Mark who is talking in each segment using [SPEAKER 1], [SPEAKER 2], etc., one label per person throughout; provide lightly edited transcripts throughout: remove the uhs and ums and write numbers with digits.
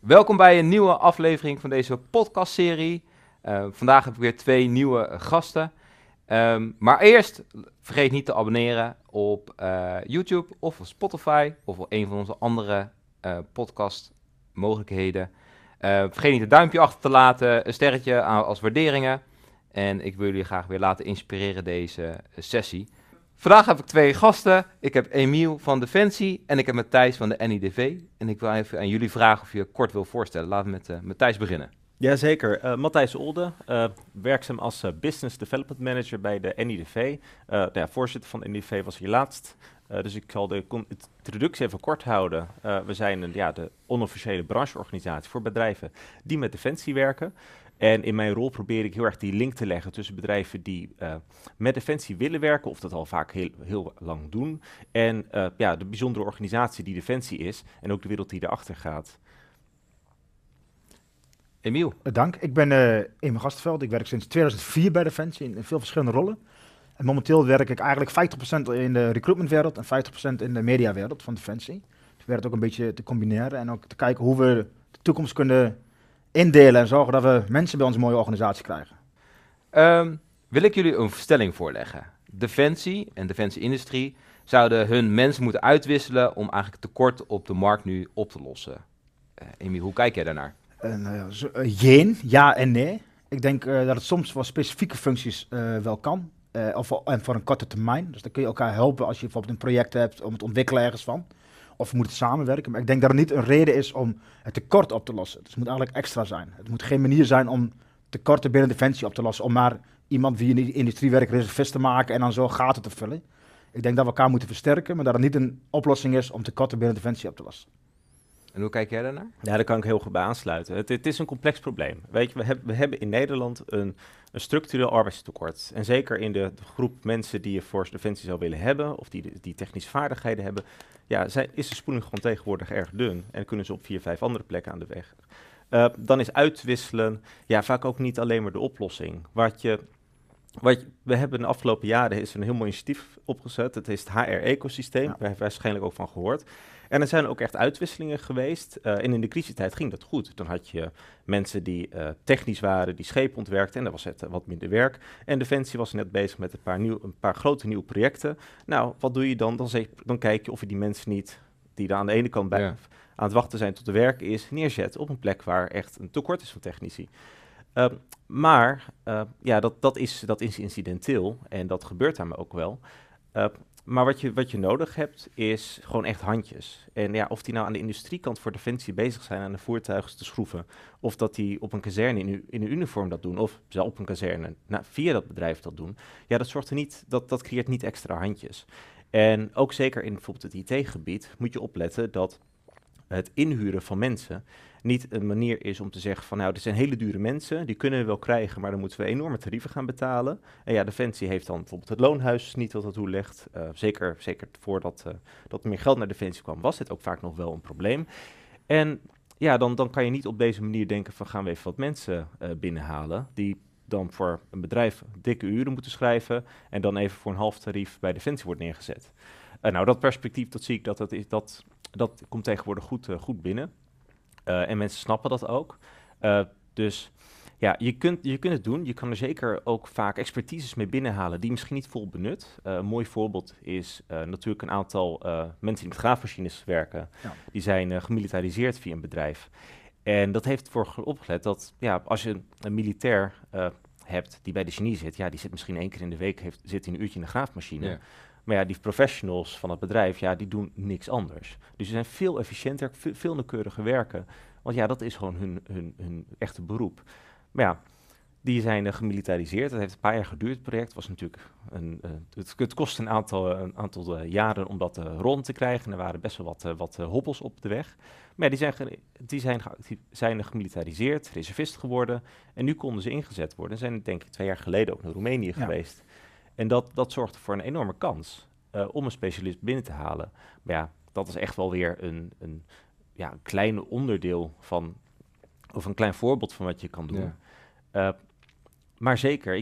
[SPEAKER 1] Welkom bij een nieuwe aflevering van deze podcastserie. Vandaag heb ik weer 2 nieuwe gasten. Maar eerst, vergeet niet te abonneren op YouTube of op Spotify of op een van onze andere podcastmogelijkheden. Vergeet niet een duimpje achter te laten, een sterretje als waarderingen. En ik wil jullie graag weer laten inspireren deze sessie. Vandaag heb ik 2 gasten. Ik heb Emiel van Defensie en ik heb Matthijs van de NIDV. En ik wil even aan jullie vragen of je je kort wil voorstellen. Laten we met Matthijs beginnen.
[SPEAKER 2] Jazeker, Matthijs Olde, werkzaam als Business Development Manager bij de NIDV. Voorzitter van de NIDV was hier laatst, dus ik zal de introductie even kort houden. We zijn de onofficiële brancheorganisatie voor bedrijven die met defensie werken. En in mijn rol probeer ik heel erg die link te leggen tussen bedrijven die met defensie willen werken, of dat al vaak heel lang doen, en de bijzondere organisatie die defensie is en ook de wereld die erachter gaat.
[SPEAKER 1] Emiel.
[SPEAKER 3] Dank. Ik ben Emiel Gastveld. Ik werk sinds 2004 bij Defensie in veel verschillende rollen. En momenteel werk ik eigenlijk 50% in de recruitmentwereld en 50% in de mediawereld van Defensie. Dus ik werk het ook een beetje te combineren en ook te kijken hoe we de toekomst kunnen indelen en zorgen dat we mensen bij onze mooie organisatie krijgen.
[SPEAKER 1] Wil ik jullie een stelling voorleggen. Defensie en defensieindustrie zouden hun mensen moeten uitwisselen om eigenlijk tekort op de markt nu op te lossen. Emiel, hoe kijk jij daarnaar?
[SPEAKER 3] Ja en nee. Ik denk dat het soms voor specifieke functies wel kan. En voor een korte termijn. Dus dan kun je elkaar helpen als je bijvoorbeeld een project hebt om het ontwikkelen ergens van. Of we moeten samenwerken. Maar ik denk dat het niet een reden is om het tekort op te lossen. Dus het moet eigenlijk extra zijn. Het moet geen manier zijn om tekorten binnen Defensie op te lossen. Om maar iemand die in de industrie werkt reservist te maken en dan zo gaten te vullen. Ik denk dat we elkaar moeten versterken. Maar dat het niet een oplossing is om tekorten binnen Defensie op te lossen.
[SPEAKER 1] En hoe kijk jij daarnaar?
[SPEAKER 2] Ja, daar kan ik heel goed bij aansluiten. Het is een complex probleem. Weet je, we hebben in Nederland een structureel arbeidstekort. En zeker in de groep mensen die je voor Defensie zou willen hebben, of die technische vaardigheden hebben, is de spoeling gewoon tegenwoordig erg dun. En kunnen ze op 4, 5 andere plekken aan de weg. Dan is uitwisselen vaak ook niet alleen maar de oplossing. We hebben de afgelopen jaren is er een heel mooi initiatief opgezet. Het is het HR-ecosysteem, daar hebben we waarschijnlijk ook van gehoord. En er zijn ook echt uitwisselingen geweest. En in de crisistijd ging dat goed. Dan had je mensen die technisch waren, die schepen ontwerkten. En dan was het wat minder werk. En Defensie was net bezig met een paar grote nieuwe projecten. Nou, wat doe je dan? Dan kijk je of je die mensen niet, die daar aan de ene kant aan het wachten zijn tot de werk is, neerzet op een plek waar echt een tekort is van technici. Dat is incidenteel en dat gebeurt daarmee ook wel. Maar wat je nodig hebt, is gewoon echt handjes. En of die nou aan de industriekant voor Defensie bezig zijn aan de voertuigen te schroeven, of dat die op een kazerne in een uniform dat doen, of zelf op een kazerne via dat bedrijf dat doen, dat zorgt er niet, dat creëert niet extra handjes. En ook zeker in bijvoorbeeld het IT-gebied moet je opletten dat het inhuren van mensen niet een manier is om te zeggen van dit zijn hele dure mensen, die kunnen we wel krijgen, maar dan moeten we enorme tarieven gaan betalen. En Defensie heeft dan bijvoorbeeld het loonhuis niet wat dat toelegt. Zeker voordat dat er meer geld naar Defensie kwam, was dit ook vaak nog wel een probleem. En dan kan je niet op deze manier denken van gaan we even wat mensen binnenhalen, die dan voor een bedrijf dikke uren moeten schrijven en dan even voor een half tarief bij Defensie wordt neergezet. Dat perspectief, dat zie ik dat komt tegenwoordig goed binnen. En mensen snappen dat ook. Dus je kunt het doen. Je kan er zeker ook vaak expertises mee binnenhalen die misschien niet vol benut. Een mooi voorbeeld is natuurlijk een aantal mensen die met graafmachines werken. Ja. Die zijn gemilitariseerd via een bedrijf. En dat heeft ervoor opgelet dat als je een militair hebt die bij de genie zit, die zit misschien 1 keer in de week, zit hij een uurtje in de graafmachine. Ja. Maar die professionals van het bedrijf, die doen niks anders. Dus ze zijn veel efficiënter, veel nauwkeuriger werken. Want dat is gewoon hun echte beroep. Maar die zijn gemilitariseerd. Dat heeft een paar jaar geduurd, het project. Was natuurlijk het kostte een aantal jaren om dat rond te krijgen. Er waren best wel wat hobbels op de weg. Maar die zijn gemilitariseerd, reservist geworden. En nu konden ze ingezet worden. Ze zijn denk ik 2 jaar geleden ook naar Roemenië geweest. En dat zorgde voor een enorme kans om een specialist binnen te halen. Maar dat is echt wel weer een klein onderdeel van, of een klein voorbeeld van wat je kan doen. Ja. Maar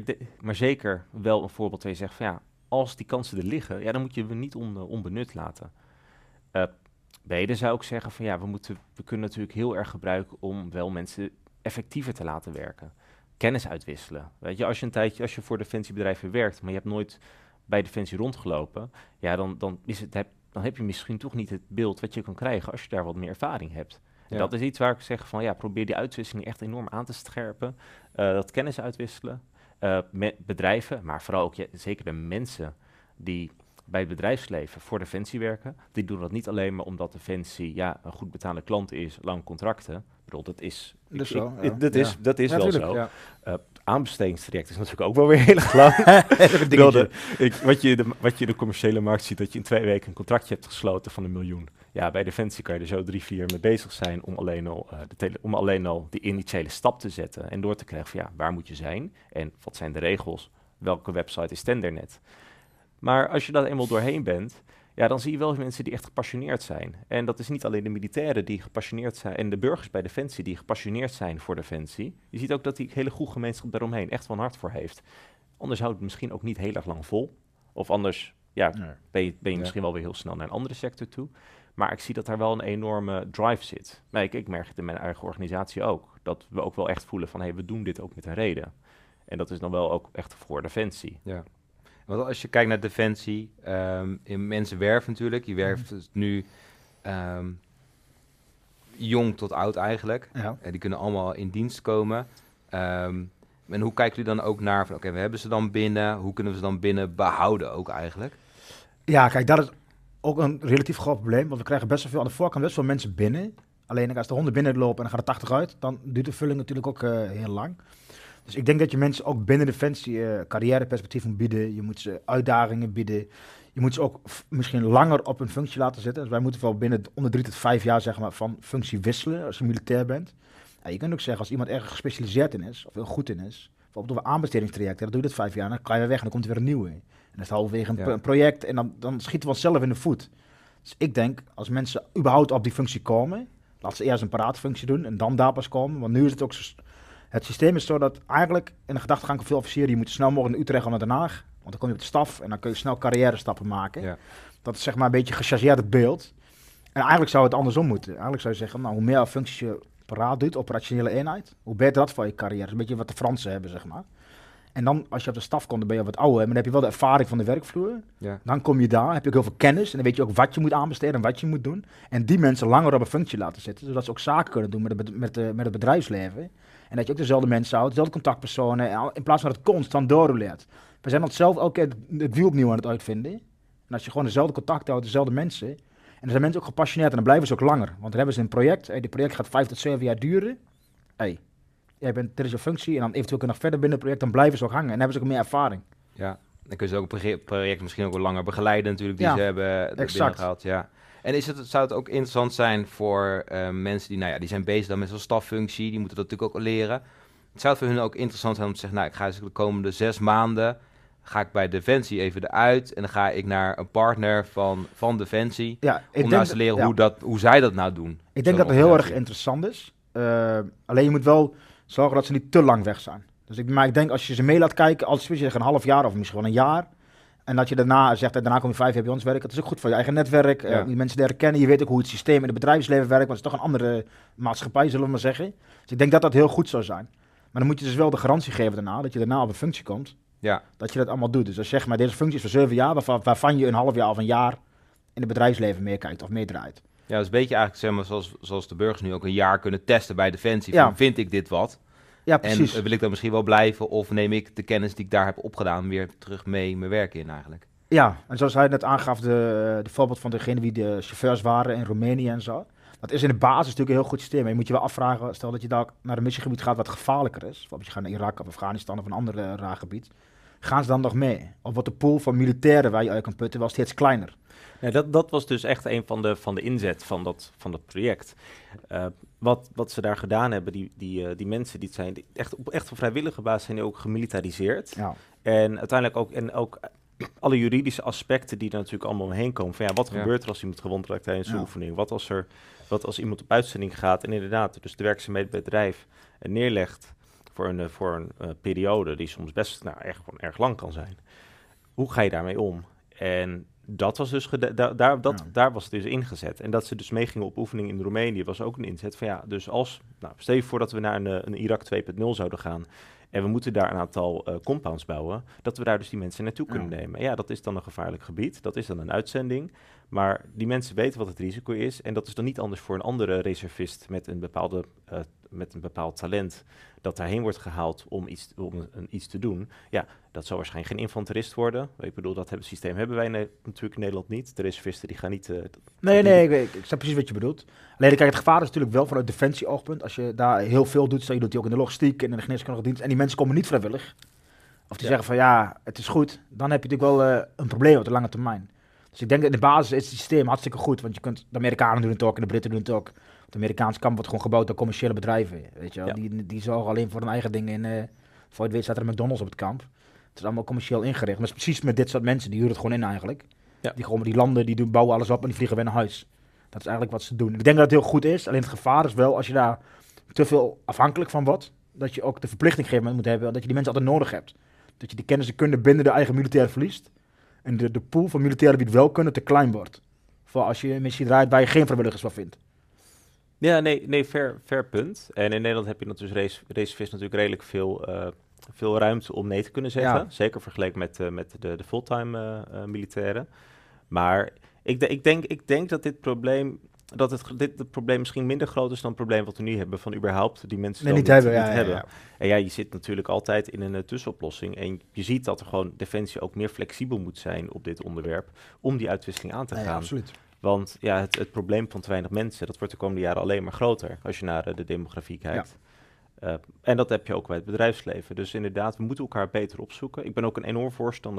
[SPEAKER 2] zeker wel een voorbeeld waar je zegt van als die kansen er liggen, dan moet je we niet onbenut laten. Breder zou ik zeggen van ja, we kunnen natuurlijk heel erg gebruiken om wel mensen effectiever te laten werken. Kennis uitwisselen. Weet je, als je voor defensiebedrijven werkt, maar je hebt nooit bij Defensie rondgelopen, ja, dan heb je misschien toch niet het beeld wat je kan krijgen als je daar wat meer ervaring hebt. En dat is iets waar ik zeg van ja, probeer die uitwisseling echt enorm aan te scherpen. Dat kennis uitwisselen. Met bedrijven, maar vooral ook zeker de mensen die bij het bedrijfsleven voor Defensie werken. Die doen dat niet alleen maar omdat Defensie een goed betaalde klant is, lang contracten. Ik bedoel, dat is wel zo.
[SPEAKER 3] Ja.
[SPEAKER 2] Aanbestedingstraject is natuurlijk ook wel weer heel erg lang. Wat je in de commerciële markt ziet, dat je in 2 weken een contractje hebt gesloten van $1 miljoen. Ja, bij Defensie kan je er zo 3-4 mee bezig zijn om alleen al die initiële stap te zetten en door te krijgen van waar moet je zijn en wat zijn de regels, welke website is Tendernet. Maar als je daar eenmaal doorheen bent, dan zie je wel mensen die echt gepassioneerd zijn. En dat is niet alleen de militairen die gepassioneerd zijn en de burgers bij Defensie die gepassioneerd zijn voor Defensie. Je ziet ook dat die hele goede gemeenschap daaromheen echt wel een hart voor heeft. Anders houdt het misschien ook niet heel erg lang vol. Of anders ben je misschien wel weer heel snel naar een andere sector toe. Maar ik zie dat daar wel een enorme drive zit. Maar ik merk het in mijn eigen organisatie ook. Dat we ook wel echt voelen van we doen dit ook met een reden. En dat is dan wel ook echt voor Defensie.
[SPEAKER 1] Ja. Want als je kijkt naar Defensie, in mensen werven natuurlijk. Je werft dus nu jong tot oud eigenlijk.
[SPEAKER 3] Ja.
[SPEAKER 1] Die kunnen allemaal in dienst komen. En hoe kijken jullie dan ook naar van, we hebben ze dan binnen. Hoe kunnen we ze dan binnen behouden ook eigenlijk?
[SPEAKER 3] Ja, kijk, dat is ook een relatief groot probleem. Want we krijgen best wel veel aan de voorkant, best wel mensen binnen. Alleen als de honden binnenlopen en dan gaat er 80 uit, dan duurt de vulling natuurlijk ook heel lang. Dus ik denk dat je mensen ook binnen Defensie carrièreperspectief moet bieden. Je moet ze uitdagingen bieden. Je moet ze ook misschien langer op een functie laten zitten. Dus wij moeten wel binnen onder 3 tot 5 jaar zeg maar, van functie wisselen als je militair bent. Ja, je kunt ook zeggen als iemand erg gespecialiseerd in is, of heel goed in is. Bijvoorbeeld over aanbestedingstrajecten, dan doe je dat 5 jaar en dan ga je weer weg en dan komt er weer een nieuwe. En dan is het halverwege een project en dan schieten we onszelf in de voet. Dus ik denk, als mensen überhaupt op die functie komen, laat ze eerst een paraatfunctie doen en dan daar pas komen. Want nu is het ook zo. Het systeem is zo dat eigenlijk in de gedachtegang van veel officieren, je moet snel mogelijk naar Utrecht of naar Den Haag. Want dan kom je op de staf en dan kun je snel carrière stappen maken. Ja. Dat is zeg maar een beetje gechargeerd het beeld. En eigenlijk zou het andersom moeten. Eigenlijk zou je zeggen, hoe meer functies je paraat doet, operationele eenheid, hoe beter dat voor je carrière. Dat is een beetje wat de Fransen hebben, zeg maar. En dan, als je op de staf komt, dan ben je wat ouder, maar dan heb je wel de ervaring van de werkvloer. Ja. Dan kom je daar, heb je ook heel veel kennis en dan weet je ook wat je moet aanbesteden en wat je moet doen. En die mensen langer op een functie laten zitten, zodat ze ook zaken kunnen doen met het bedrijfsleven. En dat je ook dezelfde mensen houdt, dezelfde contactpersonen, in plaats van dat het constant doorroleert. We zijn onszelf elke keer het wiel opnieuw aan het uitvinden. En als je gewoon dezelfde contacten houdt, dezelfde mensen. En dan zijn mensen ook gepassioneerd en dan blijven ze ook langer. Want dan hebben ze een project, dit project gaat 5 tot 7 jaar duren. Dit is je functie en dan eventueel nog verder binnen het project, dan blijven ze ook hangen en dan hebben ze ook meer ervaring.
[SPEAKER 1] Ja, dan kun je ook een project misschien ook wel langer begeleiden natuurlijk, die ze hebben binnengehaald. Ja. En zou het ook interessant zijn voor mensen die zijn bezig dan met zo'n staffunctie, die moeten dat natuurlijk ook leren. Zou het voor hun ook interessant zijn om te zeggen, ik ga dus de komende 6 maanden, ga ik bij Defensie even eruit en dan ga ik naar een partner van Defensie, om nou eens te leren hoe zij dat nou doen.
[SPEAKER 3] Ik denk dat het heel erg interessant is. Alleen je moet wel zorgen dat ze niet te lang weg zijn. Dus ik denk als je ze mee laat kijken, als je zegt een half jaar of misschien wel een jaar, en dat je daarna zegt, daarna kom je 5 jaar bij ons werken. Dat is ook goed voor je eigen netwerk. Die mensen leren kennen. Je weet ook hoe het systeem in het bedrijfsleven werkt. Want het is toch een andere maatschappij, zullen we maar zeggen. Dus ik denk dat dat heel goed zou zijn. Maar dan moet je dus wel de garantie geven daarna, dat je daarna op een functie komt. Ja. Dat je dat allemaal doet. Dus als je zegt, maar deze functie is voor 7 jaar, waarvan je een half jaar of een jaar in het bedrijfsleven meekijkt of meedraait.
[SPEAKER 1] Ja, dat is een beetje eigenlijk zeg maar, zoals de burgers nu ook een jaar kunnen testen bij Defensie. Vind ik dit wat?
[SPEAKER 3] Ja, precies.
[SPEAKER 1] En wil ik dan misschien wel blijven of neem ik de kennis die ik daar heb opgedaan weer terug mee mijn werk in eigenlijk?
[SPEAKER 3] Ja, en zoals hij net aangaf, de voorbeeld van degene die de chauffeurs waren in Roemenië en zo. Dat is in de basis natuurlijk een heel goed systeem. Maar je moet je wel afvragen, stel dat je daar naar een missiegebied gaat wat gevaarlijker is. Bijvoorbeeld je gaat naar Irak of Afghanistan of een ander raar gebied. Gaan ze dan nog mee? Of wordt de pool van militairen waar je uit kan putten wel steeds kleiner?
[SPEAKER 2] Ja, dat was dus echt een van de inzet van dat project. Wat ze daar gedaan hebben, die mensen die zijn echt op vrijwillige basis zijn die ook gemilitariseerd. Ja. En uiteindelijk ook alle juridische aspecten die er natuurlijk allemaal omheen komen. Van wat gebeurt er als iemand gewond raakt tijdens de oefening? Wat als iemand op uitzending gaat en inderdaad dus de werkzaamheden bij het bedrijf neerlegt voor een periode die soms best erg lang kan zijn. Hoe ga je daarmee om? En dat was dus daar was het dus ingezet. En dat ze dus meegingen op oefeningen in Roemenië was ook een inzet van dus stel je voor dat we naar een Irak 2.0 zouden gaan en we moeten daar een aantal compounds bouwen, dat we daar dus die mensen naartoe kunnen nemen. Ja, dat is dan een gevaarlijk gebied, dat is dan een uitzending, maar die mensen weten wat het risico is en dat is dan niet anders voor een andere reservist met een bepaald talent dat daarheen wordt gehaald om iets te doen. Ja, dat zal waarschijnlijk geen infanterist worden. Ik bedoel, dat systeem hebben wij natuurlijk in Nederland niet. De reservisten die gaan niet...
[SPEAKER 3] Ik snap precies wat je bedoelt. Alleen kijk, het gevaar is natuurlijk wel vanuit defensie-oogpunt. Als je daar heel veel doet, je doet die ook in de logistiek en in de geneeskundige dienst. En die mensen komen niet vrijwillig. Of die zeggen van het is goed. Dan heb je natuurlijk wel een probleem op de lange termijn. Dus ik denk dat in de basis is het systeem hartstikke goed. Want je kunt, de Amerikanen doen het ook en de Britten doen het ook. Het Amerikaanse kamp wordt gewoon gebouwd door commerciële bedrijven. Weet je wel? Ja. Die zorgen alleen voor hun eigen dingen. Voor het weet staat er een McDonald's op het kamp. Het is allemaal commercieel ingericht. Maar precies met dit soort mensen, die huren het gewoon in eigenlijk. Ja. Die landen, die bouwen alles op en die vliegen weer naar huis. Dat is eigenlijk wat ze doen. Ik denk dat het heel goed is. Alleen het gevaar is wel, als je daar te veel afhankelijk van wordt, dat je ook de verplichting moet hebben, dat je die mensen altijd nodig hebt. Dat je die kennis en kunde binnen de eigen militair verliest. En de pool van militairen die het wel kunnen te klein wordt. Voor als je een missie draait waar je geen vrijwilligers van vindt.
[SPEAKER 2] Ja, nee, fair punt. En in Nederland heb je natuurlijk reservist natuurlijk redelijk veel ruimte om nee te kunnen zeggen. Ja. Zeker vergeleken met de fulltime militairen. Maar ik denk dat dit probleem misschien minder groot is dan het probleem wat we nu hebben van überhaupt die mensen
[SPEAKER 3] niet hebben.
[SPEAKER 2] Ja. En je zit natuurlijk altijd in een tussenoplossing. En je ziet dat er gewoon Defensie ook meer flexibel moet zijn op dit onderwerp om die uitwisseling aan te gaan.
[SPEAKER 3] Ja, absoluut.
[SPEAKER 2] Want het probleem van te weinig mensen, dat wordt de komende jaren alleen maar groter als je naar de demografie kijkt. Ja. En dat heb je ook bij het bedrijfsleven. Dus inderdaad, we moeten elkaar beter opzoeken. Ik ben ook een enorm voorstander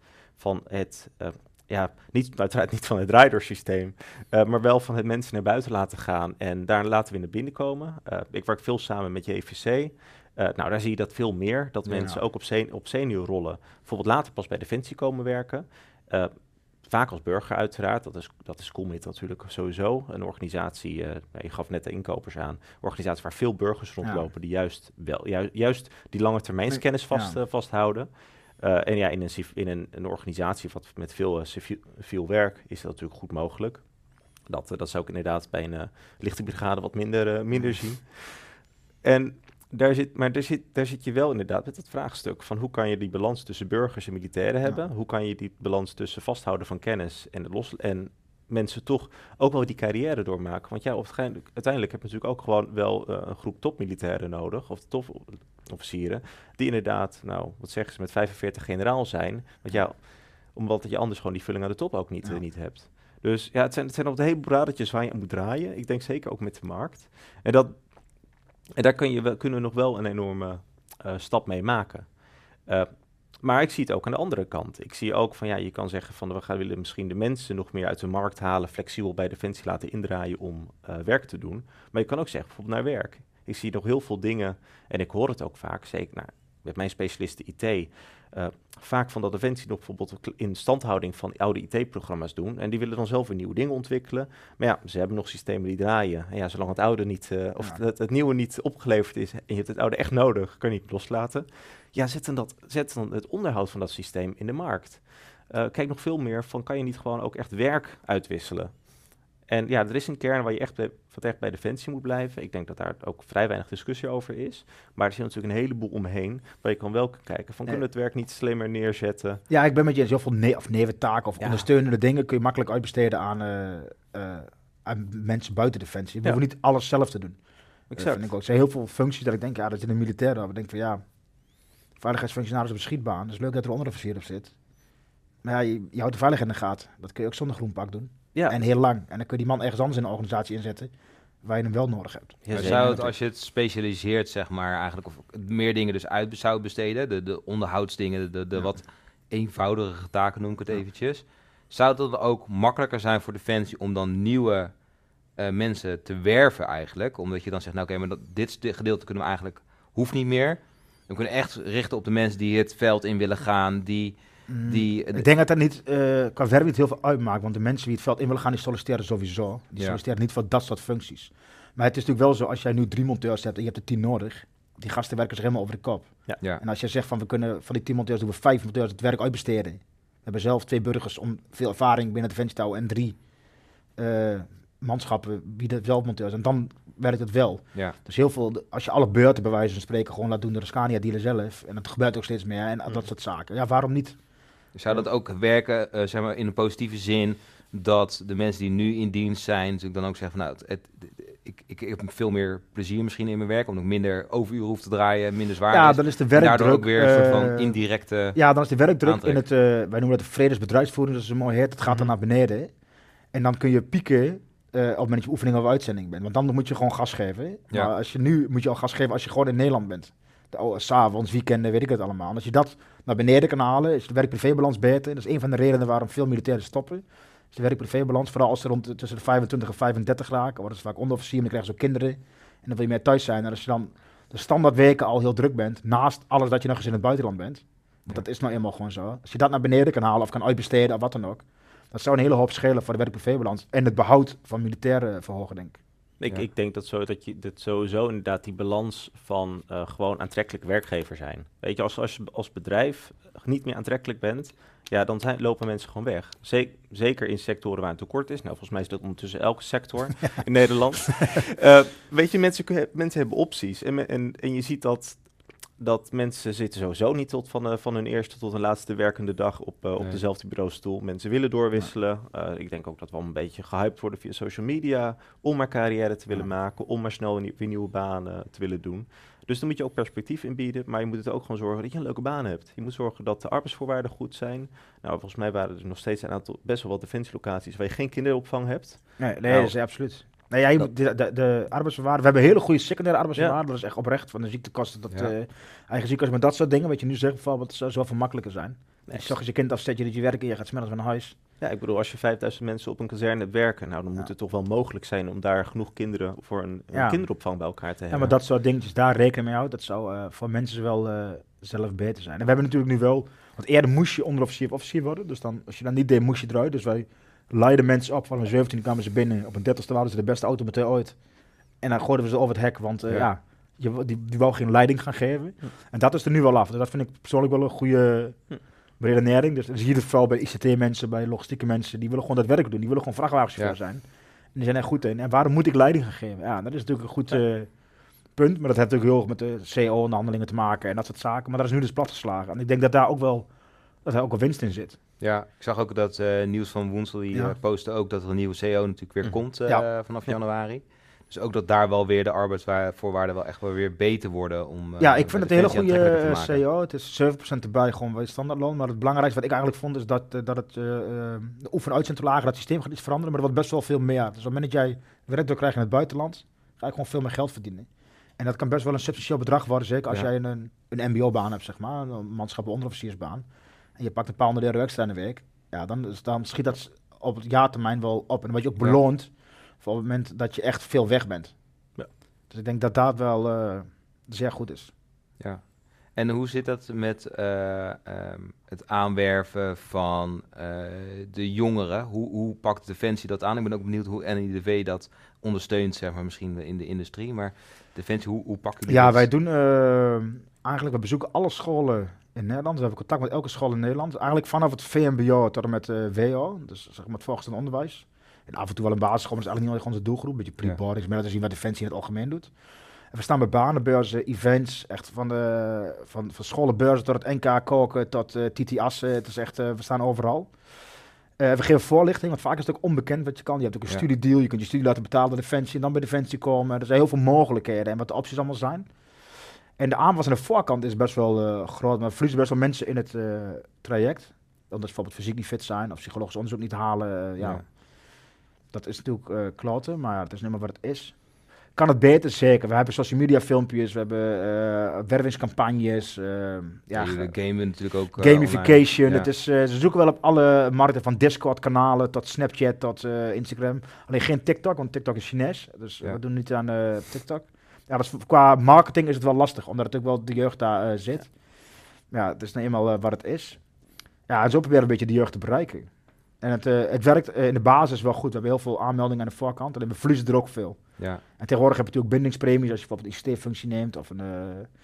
[SPEAKER 2] uiteraard niet van het draaidoorsysteem, maar wel van het mensen naar buiten laten gaan en daar laten we naar binnen komen. Ik werk veel samen met JVC. Daar zie je dat veel meer, dat mensen ook op seniorrollen bijvoorbeeld later pas bij Defensie komen werken. Vaak als burger uiteraard, dat is Coolmit natuurlijk sowieso. Een organisatie, je gaf net de inkopers aan, een organisatie waar veel burgers rondlopen die juist die lange termijnskennis vasthouden. In een organisatie met veel civiel werk is dat natuurlijk goed mogelijk. Dat zou ik inderdaad bij een lichte brigade wat minder zien. En daar zit je wel inderdaad met het vraagstuk van hoe kan je die balans tussen burgers en militairen hebben? Hoe kan je die balans tussen vasthouden van kennis en mensen toch ook wel die carrière doormaken? Want uiteindelijk heb je natuurlijk ook gewoon wel een groep topmilitairen nodig, of topofficieren, die inderdaad, wat zeggen ze, met 45 generaal zijn. Omdat je anders gewoon die vulling aan de top ook niet hebt. Dus het zijn op de hele bradertjes waar je aan moet draaien. Ik denk zeker ook met de markt. En daar kunnen we nog wel een enorme stap mee maken. Maar ik zie het ook aan de andere kant. Ik zie ook van, je kan zeggen van, we willen misschien de mensen nog meer uit de markt halen, flexibel bij Defensie laten indraaien om werk te doen. Maar je kan ook zeggen, bijvoorbeeld naar werk. Ik zie nog heel veel dingen, en ik hoor het ook vaak, zeker met mijn specialisten IT, vaak van dat Defensie nog bijvoorbeeld in standhouding van oude IT-programma's doen. En die willen dan zelf weer nieuwe dingen ontwikkelen. Maar ze hebben nog systemen die draaien. En zolang het oude niet, het nieuwe niet opgeleverd is en je hebt het oude echt nodig, kan je niet loslaten. Zet dan het onderhoud van dat systeem in de markt. Kijk nog veel meer van, kan je niet gewoon ook echt werk uitwisselen? En er is een kern waar je echt bij Defensie moet blijven. Ik denk dat daar ook vrij weinig discussie over is. Maar er zit natuurlijk een heleboel omheen waar je kan wel kijken van, kunnen we het werk niet slimmer neerzetten?
[SPEAKER 3] Ja, ik ben met je eens. Heel veel neventaken of ondersteunende dingen kun je makkelijk uitbesteden aan mensen buiten Defensie. We hoeven niet alles zelf te doen. Exact. Vind ik ook. Er zijn heel veel functies dat ik denk, dat je een militair hebt. Ik denk van, veiligheidsfunctionaris op een schietbaan. Het is leuk dat er een onderofficier op zit. Maar je houdt de veiligheid in de gaten. Dat kun je ook zonder groen pak doen. Ja. En heel lang. En dan kun je die man ergens anders in een organisatie inzetten waar je hem wel nodig hebt.
[SPEAKER 1] Ja, zou het, als je het specialiseert, zeg maar, eigenlijk, of meer dingen dus uit zou besteden, de onderhoudsdingen, de wat eenvoudigere taken noem ik het eventjes, zou het dan ook makkelijker zijn voor Defensie om dan nieuwe mensen te werven eigenlijk? Omdat je dan zegt, maar dit gedeelte kunnen we eigenlijk, hoeft niet meer. We kunnen echt richten op de mensen die het veld in willen gaan, ik
[SPEAKER 3] denk dat niet qua werk niet heel veel uitmaakt, want de mensen die het veld in willen gaan, die solliciteren sowieso. Die solliciteren niet voor dat soort functies. Maar het is natuurlijk wel zo, als jij nu 3 monteurs hebt en je hebt er 10 nodig, die gasten werken zich helemaal over de kop. Ja. En als jij zegt van, we kunnen van die 10 monteurs doen we 5 monteurs het werk uitbesteden, We hebben zelf 2 burgers om veel ervaring binnen Defensie te houden en 3 manschappen wie de zelfmonteurs. En dan werkt het wel.
[SPEAKER 1] Ja.
[SPEAKER 3] Dus heel veel, als je alle beurten bij wijze van spreken gewoon laat doen door de Scania-dealer zelf. En dat gebeurt ook steeds meer en dat soort zaken. Ja, waarom niet?
[SPEAKER 1] Zou dat ook werken, zeg maar in een positieve zin, dat de mensen die nu in dienst zijn, natuurlijk dan ook zeggen van, nou, ik heb veel meer plezier misschien in mijn werk, omdat ik minder overuren hoef te draaien, minder zwaar
[SPEAKER 3] Ja,
[SPEAKER 1] is.
[SPEAKER 3] dan is de
[SPEAKER 1] En
[SPEAKER 3] werkdruk...
[SPEAKER 1] daardoor ook weer een soort van indirecte...
[SPEAKER 3] Ja, dan is de werkdruk
[SPEAKER 1] aantrek.
[SPEAKER 3] in het... wij noemen dat de vredesbedrijfsvoering, dat is een mooi heet. Het gaat dan naar beneden. En dan kun je pieken op het moment dat je oefening of uitzending bent. Want dan moet je gewoon gas geven.
[SPEAKER 1] Ja.
[SPEAKER 3] Maar nu moet je al gas geven als je gewoon in Nederland bent. S'avonds, weekenden, weet ik het allemaal. En als je dat naar beneden kan halen, is de werk-privébalans beter. Dat is een van de redenen waarom veel militairen stoppen. Is de werk-privébalans, vooral als ze rond tussen de 25 en 35 raken, worden ze vaak onderofficier, maar dan krijgen ze ook kinderen. En dan wil je meer thuis zijn. En als je dan de standaard weken al heel druk bent, naast alles dat je nog eens in het buitenland bent. Want dat is nou eenmaal gewoon zo. Als je dat naar beneden kan halen of kan uitbesteden of wat dan ook. Dat zou een hele hoop schelen voor de werk-privébalans. En het behoud van militairen verhogen, denk ik.
[SPEAKER 2] Ik denk dat sowieso inderdaad die balans van gewoon aantrekkelijk werkgever zijn. Weet je, als je als bedrijf niet meer aantrekkelijk bent, ja, dan lopen mensen gewoon weg. Zeker in sectoren waar een tekort is. Nou, volgens mij is dat ondertussen elke sector in Nederland. Weet je, mensen hebben opties. En je ziet dat mensen zitten sowieso niet van hun eerste tot hun laatste werkende dag op dezelfde bureaustoel. Mensen willen doorwisselen. Ik denk ook dat we al een beetje gehyped worden via social media om maar carrière te willen maken, om maar snel weer nieuwe banen te willen doen. Dus dan moet je ook perspectief inbieden, maar je moet het ook gewoon zorgen dat je een leuke baan hebt. Je moet zorgen dat de arbeidsvoorwaarden goed zijn. Nou, volgens mij waren er nog steeds een aantal best wel wat defensielocaties waar je geen kinderopvang hebt.
[SPEAKER 3] Nee, dat is absoluut. Nee, ja, je moet de arbeidsvoorwaarden, we hebben hele goede secundaire arbeidsvoorwaarden, dat is echt oprecht, van de ziektekosten tot eigen ziekenhuis, maar dat soort dingen, wat je nu zegt, bijvoorbeeld, zou zoveel makkelijker zijn.
[SPEAKER 2] Nee.
[SPEAKER 3] Als je je kind afzet, je dat je werkt en je gaat 's middags naar huis.
[SPEAKER 2] Ja, ik bedoel, als je 5000 mensen op een kazerne hebt werken, nou, dan moet het toch wel mogelijk zijn om daar genoeg kinderen voor een kinderopvang bij elkaar te hebben.
[SPEAKER 3] Ja, maar dat soort dingetjes, daar rekenen mee houden, dat zou voor mensen wel zelf beter zijn. En we hebben natuurlijk nu wel, want eerder moest je onderofficier of officier worden, dus dan, als je dat niet deed, moest je eruit. Dus wij leiden mensen op, van een 17 kwamen ze binnen, op een 30ste hadden ze de beste automateur ooit. En dan gooiden we ze over het hek, want die wou geen leiding gaan geven. En dat is er nu wel af. Dus dat vind ik persoonlijk wel een goede redenering. Dus zie je het vooral bij ICT-mensen, bij logistieke mensen, die willen gewoon dat werk doen. Die willen gewoon vrachtwagenchauffeur zijn. En die zijn er goed in. En waarom moet ik leiding gaan geven? Ja, dat is natuurlijk een goed punt. Maar dat heeft natuurlijk heel erg met de CO-onderhandelingen te maken en dat soort zaken. Maar dat is nu dus platgeslagen. En ik denk dat daar ook wel winst in zit.
[SPEAKER 1] Ja, ik zag ook dat Niels van Woensel, die postte ook dat er een nieuwe CO natuurlijk weer komt vanaf januari. Dus ook dat daar wel weer de arbeidsvoorwaarden wel echt wel weer beter worden om...
[SPEAKER 3] Ja, ik vind het een hele goede CO. Het is 7% erbij gewoon bij standaardloon. Maar het belangrijkste wat ik eigenlijk vond is dat het de oefenuitzendlager, dat systeem gaat iets veranderen. Maar er wordt best wel veel meer. Dus op het moment dat jij werk door krijgt in het buitenland, ga je gewoon veel meer geld verdienen. En dat kan best wel een substantieel bedrag worden, zeker als jij een mbo-baan hebt, zeg maar. Een manschappen onderofficiersbaan. En je pakt een paar honderd euro extra in de week. Ja, dan schiet dat op het jaartermijn wel op. En dan word je ook beloond voor het moment dat je echt veel weg bent. Ja. Dus ik denk dat dat wel zeer goed is.
[SPEAKER 1] Ja. En hoe zit dat met het aanwerven van de jongeren? Hoe pakt Defensie dat aan? Ik ben ook benieuwd hoe NIDV dat ondersteunt, zeg maar, misschien in de industrie. Maar Defensie, hoe pakken jullie dat?
[SPEAKER 3] Ja, wij doen eigenlijk, we bezoeken alle scholen in Nederland. We hebben contact met elke school in Nederland. Eigenlijk vanaf het VMBO tot en met WO, dus zeg maar het volgende onderwijs. En af en toe wel een basisschool, maar dat is eigenlijk niet onze doelgroep. Een beetje pre-boarding, maar dat is zien wat Defensie in het algemeen doet. En we staan bij banenbeurzen, events, echt van scholenbeurzen tot het NK koken, tot Titi Assen. Het is echt, we staan overal. We geven voorlichting, want vaak is het ook onbekend wat je kan. Je hebt ook een studiedeal, je kunt je studie laten betalen door Defensie en dan bij Defensie komen. Er zijn heel veel mogelijkheden en wat de opties allemaal zijn. En de aanwas aan de voorkant is best wel groot, maar we verliezen best wel mensen in het traject. Omdat ze bijvoorbeeld fysiek niet fit zijn of psychologisch onderzoek niet halen. Dat is natuurlijk kloten, maar het is niet meer wat het is. Kan het beter? Zeker. We hebben social media filmpjes, we hebben wervingscampagnes.
[SPEAKER 1] Gamen natuurlijk ook.
[SPEAKER 3] Gamification. Het is, ze zoeken wel op alle markten, van Discord kanalen tot Snapchat tot Instagram. Alleen geen TikTok, want TikTok is Chinees. Dus we doen niet aan TikTok. Ja, dat is, qua marketing is het wel lastig, omdat het ook wel de jeugd daar zit. Ja, het is nou eenmaal wat het is. Ja, en zo proberen we een beetje de jeugd te bereiken. En het werkt in de basis wel goed. We hebben heel veel aanmeldingen aan de voorkant. Alleen we verliezen er ook veel.
[SPEAKER 1] Ja.
[SPEAKER 3] En tegenwoordig heb je natuurlijk bindingspremies. Als je bijvoorbeeld een ICT-functie neemt of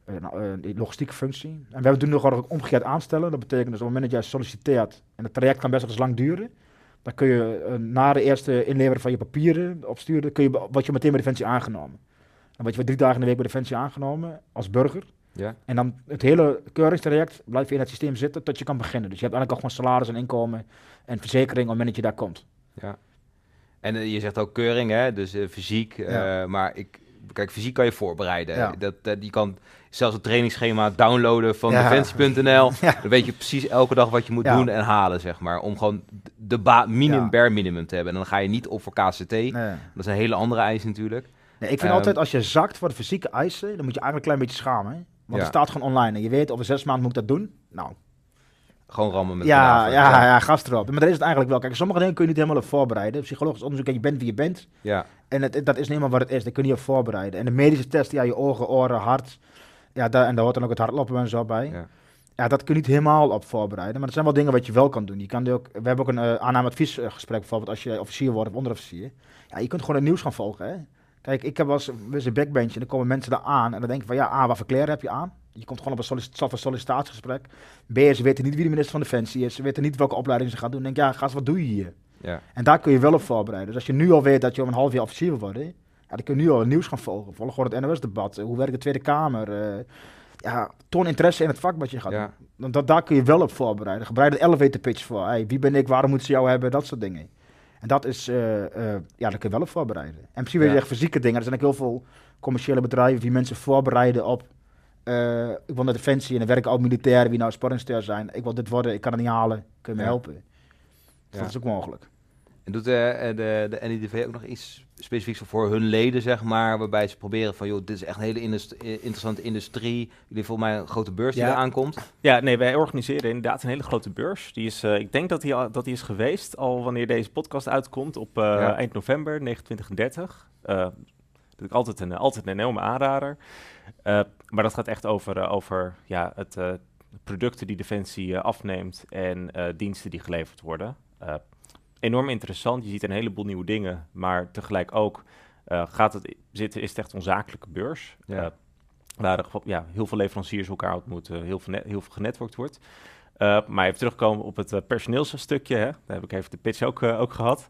[SPEAKER 3] die logistieke functie. En we doen nog ook omgekeerd aanstellen. Dat betekent dus op het moment dat jij solliciteert en het traject kan best wel eens lang duren, dan kun je na de eerste inleveren van je papieren opsturen, word je meteen bij Defensie aangenomen. Dan word je 3 dagen in de week bij Defensie aangenomen als burger.
[SPEAKER 1] Ja.
[SPEAKER 3] En dan het hele keuringstraject blijf je in het systeem zitten tot je kan beginnen. Dus je hebt eigenlijk al gewoon salaris en inkomen en verzekering op het moment dat je daar komt.
[SPEAKER 1] Ja. En je zegt ook keuring, hè? Dus fysiek. Maar kijk, fysiek kan je voorbereiden.
[SPEAKER 3] Ja.
[SPEAKER 1] Je kan zelfs het trainingsschema downloaden van defensie.nl.
[SPEAKER 3] Ja.
[SPEAKER 1] Dan weet je precies elke dag wat je moet doen en halen, zeg maar. Om gewoon de bare minimum te hebben. En dan ga je niet op voor KCT.
[SPEAKER 3] Nee.
[SPEAKER 1] Dat is een hele andere eis natuurlijk.
[SPEAKER 3] Nee, ik vind altijd, als je zakt voor de fysieke eisen, dan moet je eigenlijk een klein beetje schamen. Hè? Want het staat gewoon online. En je weet, over 6 maanden moet ik dat doen. Nou.
[SPEAKER 1] Gewoon rammen met
[SPEAKER 3] ja, gas erop. Maar dat is het eigenlijk wel. Kijk, sommige dingen kun je niet helemaal op voorbereiden. Psychologisch onderzoek, en je bent wie je bent.
[SPEAKER 1] Ja.
[SPEAKER 3] En dat is niet helemaal wat het is. Dat kun je niet op voorbereiden. En de medische testen, ja, je ogen, oren, hart. Ja, en daar hoort dan ook het hartlopen en zo bij.
[SPEAKER 1] Ja.
[SPEAKER 3] Ja, dat kun je niet helemaal op voorbereiden. Maar er zijn wel dingen wat je wel kan doen. Je kan ook, we hebben ook een aanname-adviesgesprek bijvoorbeeld als je officier wordt of onderofficier. Ja, je kunt gewoon het nieuws gaan volgen, hè. Kijk, ik heb wel eens een backbench en dan komen mensen daar aan en dan denk ik van ja, wat voor kleren heb je aan? Je komt gewoon op een sollicitatiegesprek. Ze weten niet wie de minister van Defensie is, ze weten niet welke opleiding ze gaan doen. Dan denk ik, ja, gast, wat doe je hier?
[SPEAKER 1] Ja.
[SPEAKER 3] En daar kun je wel op voorbereiden. Dus als je nu al weet dat je om een half jaar officier wil worden, ja, dan kun je nu al het nieuws gaan volgen. Volg gewoon het NOS-debat, hoe werkt de Tweede Kamer? Toon interesse in het vak wat je gaat doen. Want daar kun je wel op voorbereiden. Gebruik de elevator pitch voor. Hey, wie ben ik, waarom moeten ze jou hebben, dat soort dingen. En dat is, daar kun je wel op voorbereiden. En misschien wil je zeggen fysieke dingen. Er zijn ook heel veel commerciële bedrijven die mensen voorbereiden op, ik wil naar Defensie en dan werken oud-militairen wie nou sportinstructeur zijn. Ik wil dit worden, ik kan het niet halen, kun je me helpen. Dus dat is ook mogelijk.
[SPEAKER 1] En doet de NIDV ook nog iets specifieks voor hun leden, zeg maar, waarbij ze proberen van, joh, dit is echt een hele interessante industrie. Jullie volgens mij een grote beurs die eraan komt.
[SPEAKER 2] Ja, nee, wij organiseren inderdaad een hele grote beurs. Die is, ik denk dat die is geweest al wanneer deze podcast uitkomt op eind november, 29 en 30. Dat is altijd een enorme aanrader. Maar dat gaat echt over het producten die Defensie afneemt en diensten die geleverd worden. Enorm interessant. Je ziet een heleboel nieuwe dingen, maar tegelijk ook is het echt een zakelijke beurs. Waar heel veel leveranciers elkaar ontmoeten, heel veel genetworked wordt. Maar even terugkomen op het personeelsstukje, hè. Daar heb ik even de pitch ook gehad.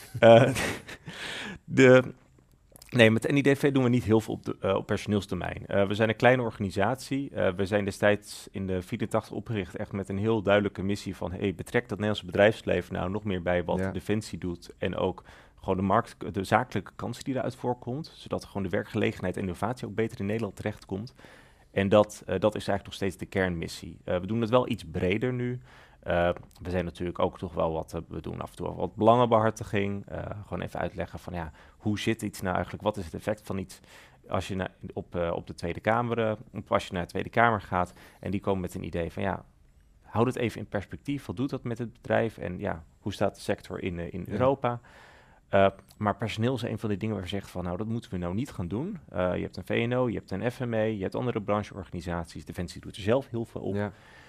[SPEAKER 2] Met de NIDV doen we niet heel veel op personeelstermijn. We zijn een kleine organisatie. We zijn destijds in de 84 opgericht echt met een heel duidelijke missie van betrek dat Nederlandse bedrijfsleven nou nog meer bij wat Defensie doet. En ook gewoon de zakelijke kansen die eruit voorkomt. Zodat gewoon de werkgelegenheid en innovatie ook beter in Nederland terechtkomt. En dat is eigenlijk nog steeds de kernmissie. We doen het wel iets breder nu. We zijn natuurlijk ook toch wel we doen af en toe wat belangenbehartiging. Gewoon even uitleggen van hoe zit iets nou eigenlijk? Wat is het effect van iets als je op de Tweede Kamer, als je naar de Tweede Kamer gaat en die komen met een idee van houd het even in perspectief. Wat doet dat met het bedrijf? En hoe staat de sector in Europa? Maar personeel is een van die dingen waar we zeggen van dat moeten we nou niet gaan doen. Je hebt een VNO, je hebt een FME, je hebt andere brancheorganisaties. Defensie doet er zelf heel veel op.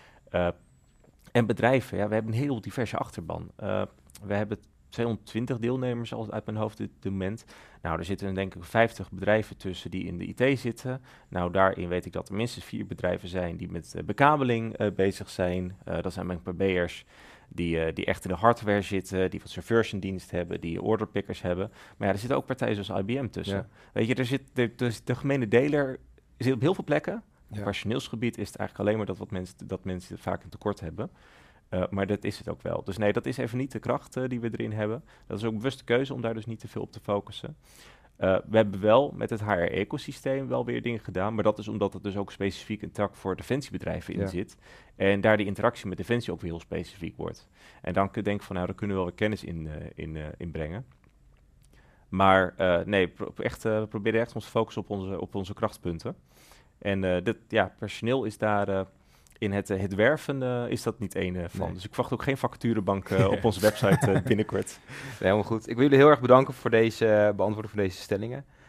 [SPEAKER 2] En bedrijven, we hebben een heel diverse achterban. We hebben 220 deelnemers al uit mijn hoofd dit moment. Nou, er zitten denk ik 50 bedrijven tussen die in de IT zitten. Nou, daarin weet ik dat er minstens 4 bedrijven zijn die met bekabeling bezig zijn. Dat zijn mijn PB'ers die echt in de hardware zitten, die wat serversdienst hebben, die orderpickers hebben. Maar er zitten ook partijen zoals IBM tussen. Ja. Weet je, de gemene deler zit op heel veel plekken. Op personeelsgebied is het eigenlijk alleen maar dat mensen vaak een tekort hebben. Maar dat is het ook wel. Dus nee, dat is even niet de kracht die we erin hebben. Dat is ook een bewuste keuze om daar dus niet te veel op te focussen. We hebben wel met het HR-ecosysteem wel weer dingen gedaan. Maar dat is omdat het dus ook specifiek een tak voor defensiebedrijven in zit. En daar die interactie met Defensie ook weer heel specifiek wordt. En dan kun je denken van, daar kunnen we wel weer kennis in brengen. Maar we proberen echt ons te focussen op onze krachtpunten. En personeel is daar in het werven is dat niet één van. Nee. Dus ik verwacht ook geen vacaturebank op onze website binnenkort.
[SPEAKER 1] Nee, helemaal goed. Ik wil jullie heel erg bedanken voor deze beantwoorden van deze stellingen.